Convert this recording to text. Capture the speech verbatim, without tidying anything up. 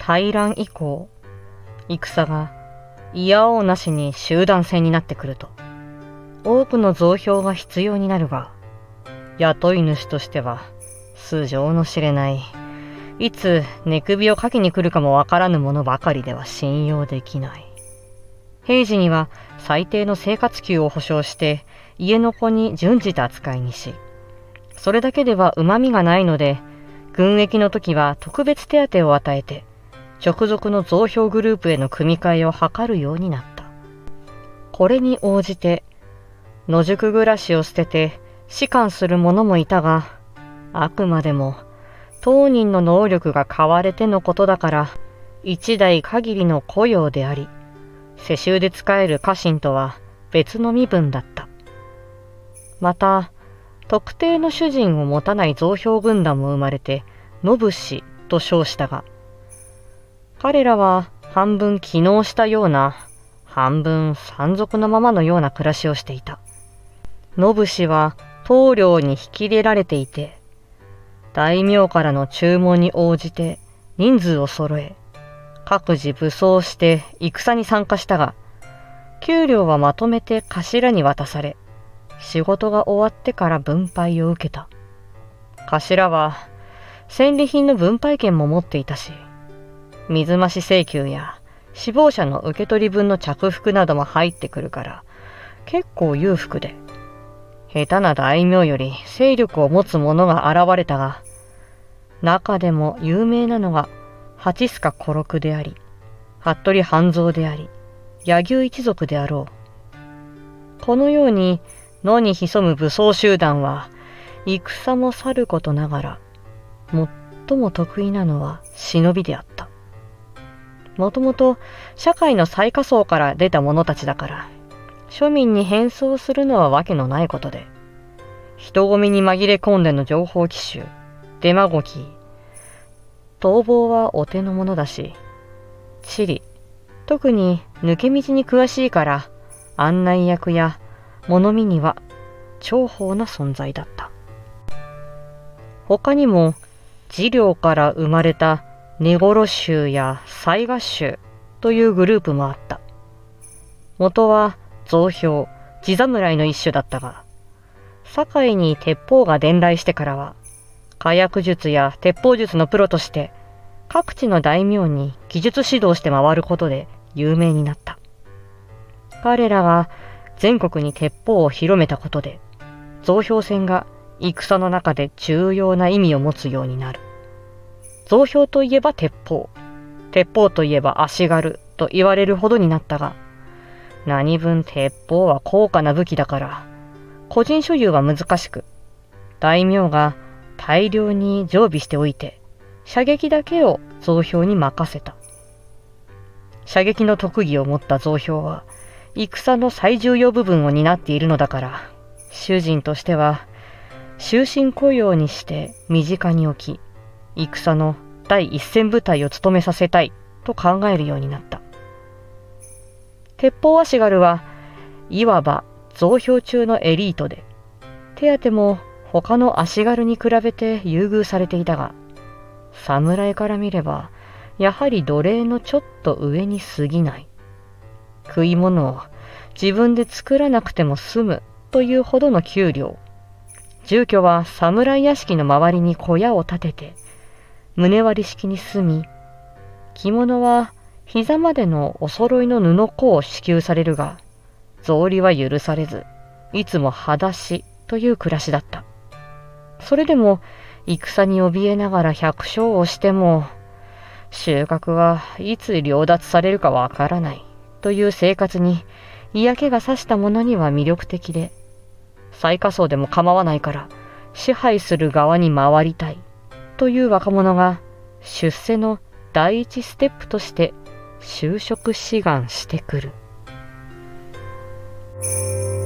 大乱以降、戦がいやおうなしに集団戦になってくると、多くの増票が必要になるが、雇い主としては素性の知れない、いつ寝首をかけに来るかもわからぬものばかりでは信用できない。平時には最低の生活給を保証して家の子に準じた扱いにし、それだけでは旨味がないので、軍役の時は特別手当を与えて、直属の増票グループへの組み替えを図るようになった。これに応じて、野宿暮らしを捨てて仕官する者もいたが、あくまでも当人の能力が買われてのことだから、一代限りの雇用であり、世襲で仕える家臣とは別の身分だった。また、特定の主人を持たない増票軍団も生まれて、信氏と称したが、彼らは半分帰農したような、半分山賊のままのような暮らしをしていた。信氏は棟梁に引き入れられていて、大名からの注文に応じて人数を揃え、各自武装して戦に参加したが、給料はまとめて頭に渡され、仕事が終わってから分配を受けた。頭は戦利品の分配権も持っていたし、水増し請求や死亡者の受け取り分の着服なども入ってくるから、結構裕福で、下手な大名より勢力を持つ者が現れたが、中でも有名なのが八須賀小六であり、服部半蔵であり、柳生一族であろう。このように野に潜む武装集団は、戦もさることながら、最も得意なのは忍びであった。もともと社会の最下層から出た者たちだから、庶民に変装するのはわけのないことで、人混みに紛れ込んでの情報奇襲、デマゴキー、逃亡はお手の物だし、地理、特に抜け道に詳しいから案内役や物見には重宝な存在だった。他にも治療から生まれた根殺衆や雑賀衆というグループもあった。元は増票、地侍の一種だったが、堺に鉄砲が伝来してからは、火薬術や鉄砲術のプロとして、各地の大名に技術指導して回ることで有名になった。彼らが全国に鉄砲を広めたことで、増票戦が戦の中で重要な意味を持つようになる。増票といえば鉄砲、鉄砲といえば足軽と言われるほどになったが、何分鉄砲は高価な武器だから、個人所有は難しく、大名が大量に常備しておいて、射撃だけを増票に任せた。射撃の特技を持った増票は、戦の最重要部分を担っているのだから、主人としては、終身雇用にして身近に置き、戦の第一線部隊を務めさせたいと考えるようになった。鉄砲足軽はいわば増票中のエリートで、手当も他の足軽に比べて優遇されていたが、侍から見ればやはり奴隷のちょっと上に過ぎない。食い物を自分で作らなくても済むというほどの給料。住居は侍屋敷の周りに小屋を建てて、棟割り式に住み、着物は膝までのお揃いの布子を支給されるが、草履は許されず、いつも裸足という暮らしだった。それでも、戦に怯えながら百姓をしても、収穫はいつ領奪されるかわからないという生活に嫌気がさした者には魅力的で、最下層でも構わないから支配する側に回りたいという若者が出世の第一ステップとして就職志願してくる。